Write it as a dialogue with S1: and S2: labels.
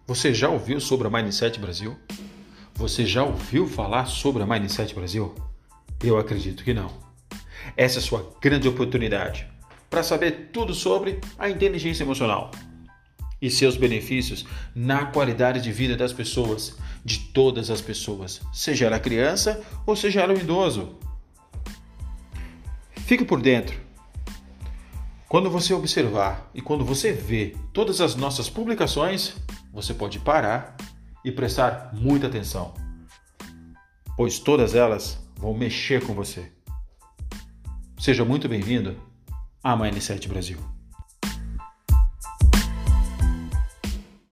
S1: Você já ouviu sobre a Mindset Brasil? Você já ouviu falar sobre a Mindset Brasil? Eu acredito que não. Essa é a sua grande oportunidade para saber tudo sobre a inteligência emocional e seus benefícios na qualidade de vida das pessoas, de todas as pessoas, seja ela criança ou seja ela um idoso. Fique por dentro. Quando você observar e quando você vê todas as nossas publicações, você pode parar e prestar muita atenção, pois todas elas vão mexer com você. Seja muito bem-vindo à Mindset Brasil.